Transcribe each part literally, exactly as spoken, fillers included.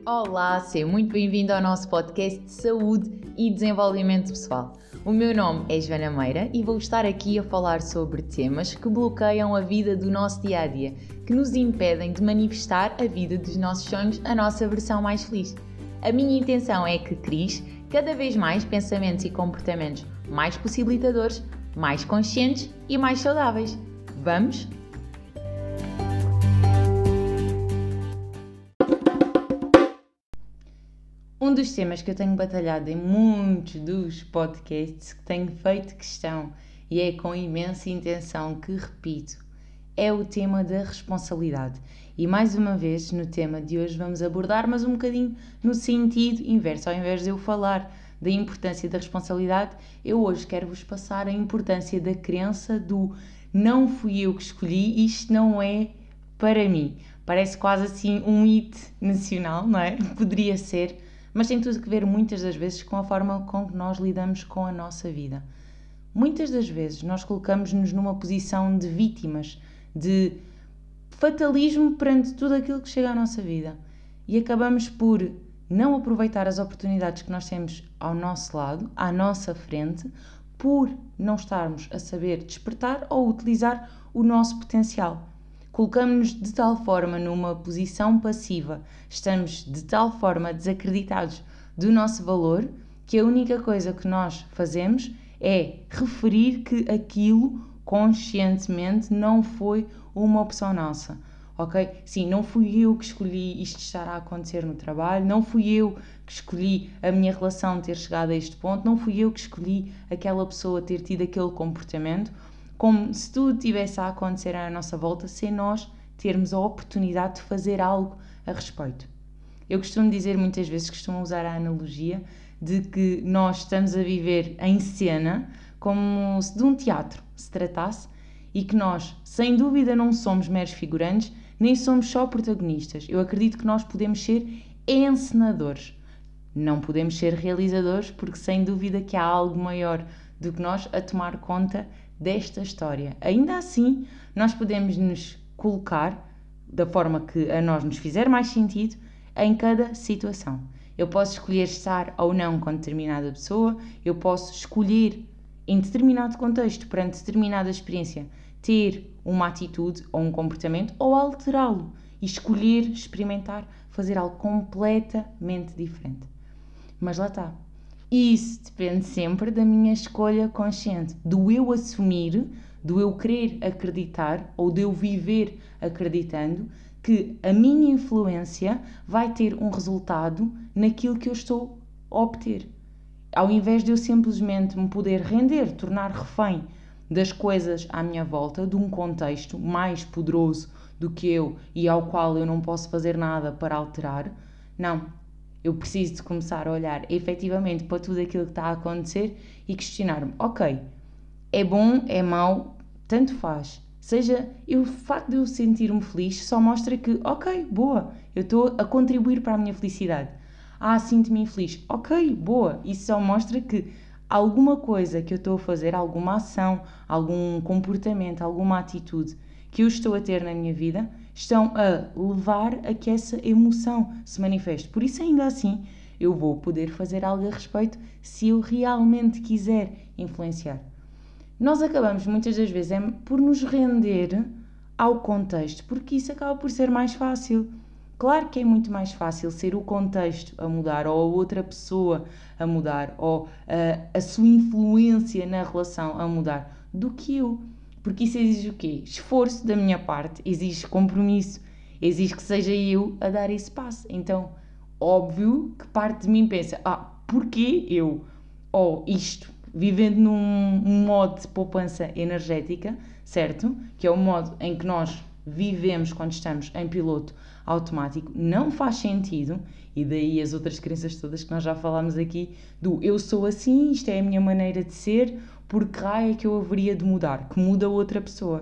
Olá, seja muito bem-vindo ao nosso podcast de saúde e desenvolvimento pessoal. O meu nome é Joana Meira e vou estar aqui a falar sobre temas que bloqueiam a vida do nosso dia-a-dia, que nos impedem de manifestar a vida dos nossos sonhos, a nossa versão mais feliz. A minha intenção é que cries cada vez mais pensamentos e comportamentos mais possibilitadores, mais conscientes e mais saudáveis. Vamos? Um dos temas que eu tenho batalhado em muitos dos podcasts que tenho feito questão e é com imensa intenção que repito, é o tema da responsabilidade. E mais uma vez no tema de hoje vamos abordar, mas um bocadinho no sentido inverso. Ao invés de eu falar da importância da responsabilidade, eu hoje quero-vos passar a importância da crença do não fui eu que escolhi, isto não é para mim. Parece quase assim um hit nacional, não é? Poderia ser, mas tem tudo a ver muitas das vezes com a forma com que nós lidamos com a nossa vida. Muitas das vezes nós colocamos-nos numa posição de vítimas, de fatalismo perante tudo aquilo que chega à nossa vida e acabamos por não aproveitar as oportunidades que nós temos ao nosso lado, à nossa frente, por não estarmos a saber despertar ou utilizar o nosso potencial. Colocamos-nos de tal forma numa posição passiva, estamos de tal forma desacreditados do nosso valor, que a única coisa que nós fazemos é referir que aquilo conscientemente não foi uma opção nossa, ok? Sim, não fui eu que escolhi isto estar a acontecer no trabalho, não fui eu que escolhi a minha relação ter chegado a este ponto, não fui eu que escolhi aquela pessoa ter tido aquele comportamento, como se tudo estivesse a acontecer à nossa volta, sem nós termos a oportunidade de fazer algo a respeito. Eu costumo dizer muitas vezes, costumo usar a analogia de que nós estamos a viver em cena como se de um teatro se tratasse e que nós, sem dúvida, não somos meros figurantes, nem somos só protagonistas. Eu acredito que nós podemos ser encenadores. Não podemos ser realizadores porque, sem dúvida, que há algo maior do que nós a tomar conta desta história. Ainda assim, nós podemos nos colocar da forma que a nós nos fizer mais sentido em cada situação. Eu posso escolher estar ou não com determinada pessoa, eu posso escolher em determinado contexto, perante determinada experiência, ter uma atitude ou um comportamento ou alterá-lo e escolher, experimentar, fazer algo completamente diferente. Mas lá está. Isso depende sempre da minha escolha consciente, do eu assumir, do eu querer acreditar ou de eu viver acreditando que a minha influência vai ter um resultado naquilo que eu estou a obter. Ao invés de eu simplesmente me poder render, tornar refém das coisas à minha volta, de um contexto mais poderoso do que eu e ao qual eu não posso fazer nada para alterar, não. Eu preciso de começar a olhar efetivamente para tudo aquilo que está a acontecer e questionar-me, ok, é bom, é mau, tanto faz. Seja, eu, o facto de eu sentir-me feliz só mostra que, ok, boa, eu estou a contribuir para a minha felicidade. Ah, sinto-me infeliz. Ok, boa, isso só mostra que alguma coisa que eu estou a fazer, alguma ação, algum comportamento, alguma atitude que eu estou a ter na minha vida, estão a levar a que essa emoção se manifeste. Por isso, ainda assim, eu vou poder fazer algo a respeito se eu realmente quiser influenciar. Nós acabamos, muitas das vezes, é por nos render ao contexto, porque isso acaba por ser mais fácil. Claro que é muito mais fácil ser o contexto a mudar, ou a outra pessoa a mudar, ou a, a sua influência na relação a mudar, do que eu. Porque isso exige o quê? Esforço da minha parte, exige compromisso, exige que seja eu a dar esse passo. Então, óbvio que parte de mim pensa, ah, porquê eu? Ou isto, vivendo num um modo de poupança energética, certo? Que é o modo em que nós vivemos quando estamos em piloto automático, não faz sentido, e daí as outras crenças todas que nós já falámos aqui, do eu sou assim, isto é a minha maneira de ser, porque raio é que eu haveria de mudar, que muda outra pessoa.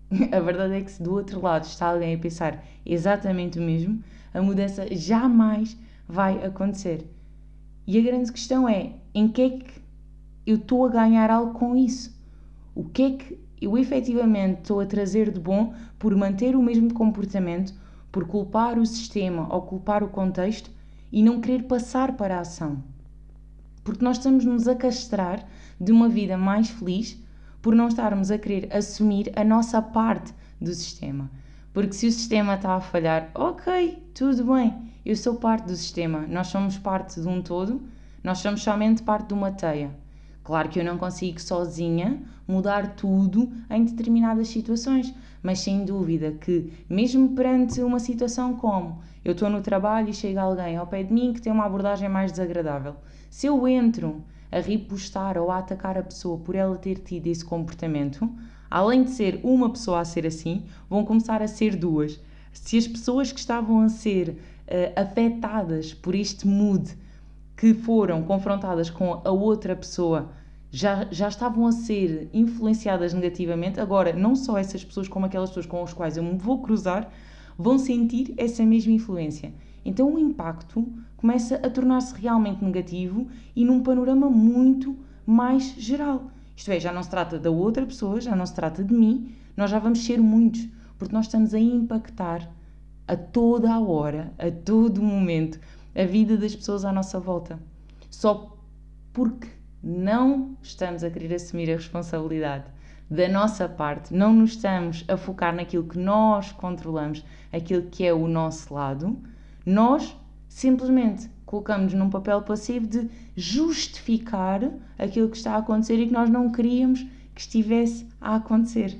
A verdade é que se do outro lado está alguém a pensar exatamente o mesmo, a mudança jamais vai acontecer. E a grande questão é, em que é que eu estou a ganhar algo com isso? O que é que eu efetivamente estou a trazer de bom por manter o mesmo comportamento, por culpar o sistema ou culpar o contexto e não querer passar para a ação. Porque nós estamos-nos a castrar de uma vida mais feliz por não estarmos a querer assumir a nossa parte do sistema. Porque se o sistema está a falhar, ok, tudo bem, eu sou parte do sistema, nós somos parte de um todo, nós somos somente parte de uma teia. Claro que eu não consigo sozinha mudar tudo em determinadas situações, mas sem dúvida que, mesmo perante uma situação como eu estou no trabalho e chega alguém ao pé de mim que tem uma abordagem mais desagradável, se eu entro a ripostar ou a atacar a pessoa por ela ter tido esse comportamento, além de ser uma pessoa a ser assim, vão começar a ser duas. Se as pessoas que estavam a ser uh, afetadas por este mood, que foram confrontadas com a outra pessoa, já, já estavam a ser influenciadas negativamente, agora não só essas pessoas como aquelas pessoas com as quais eu me vou cruzar, vão sentir essa mesma influência. Então o impacto começa a tornar-se realmente negativo e num panorama muito mais geral. Isto é, já não se trata da outra pessoa, já não se trata de mim, nós já vamos ser muitos, porque nós estamos a impactar a toda a hora, a todo momento, a vida das pessoas à nossa volta. Só porque não estamos a querer assumir a responsabilidade da nossa parte, não nos estamos a focar naquilo que nós controlamos, aquilo que é o nosso lado, nós simplesmente colocamos num papel passivo de justificar aquilo que está a acontecer e que nós não queríamos que estivesse a acontecer.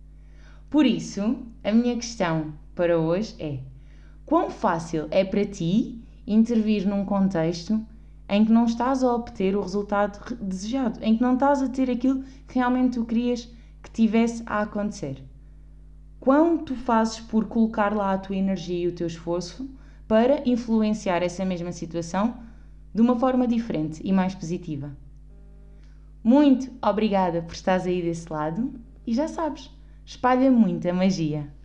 Por isso, a minha questão para hoje é: quão fácil é para ti intervir num contexto em que não estás a obter o resultado desejado, em que não estás a ter aquilo que realmente tu querias que tivesse a acontecer? Quão tu fazes por colocar lá a tua energia e o teu esforço para influenciar essa mesma situação de uma forma diferente e mais positiva? Muito obrigada por estares aí desse lado e já sabes, espalha muita magia.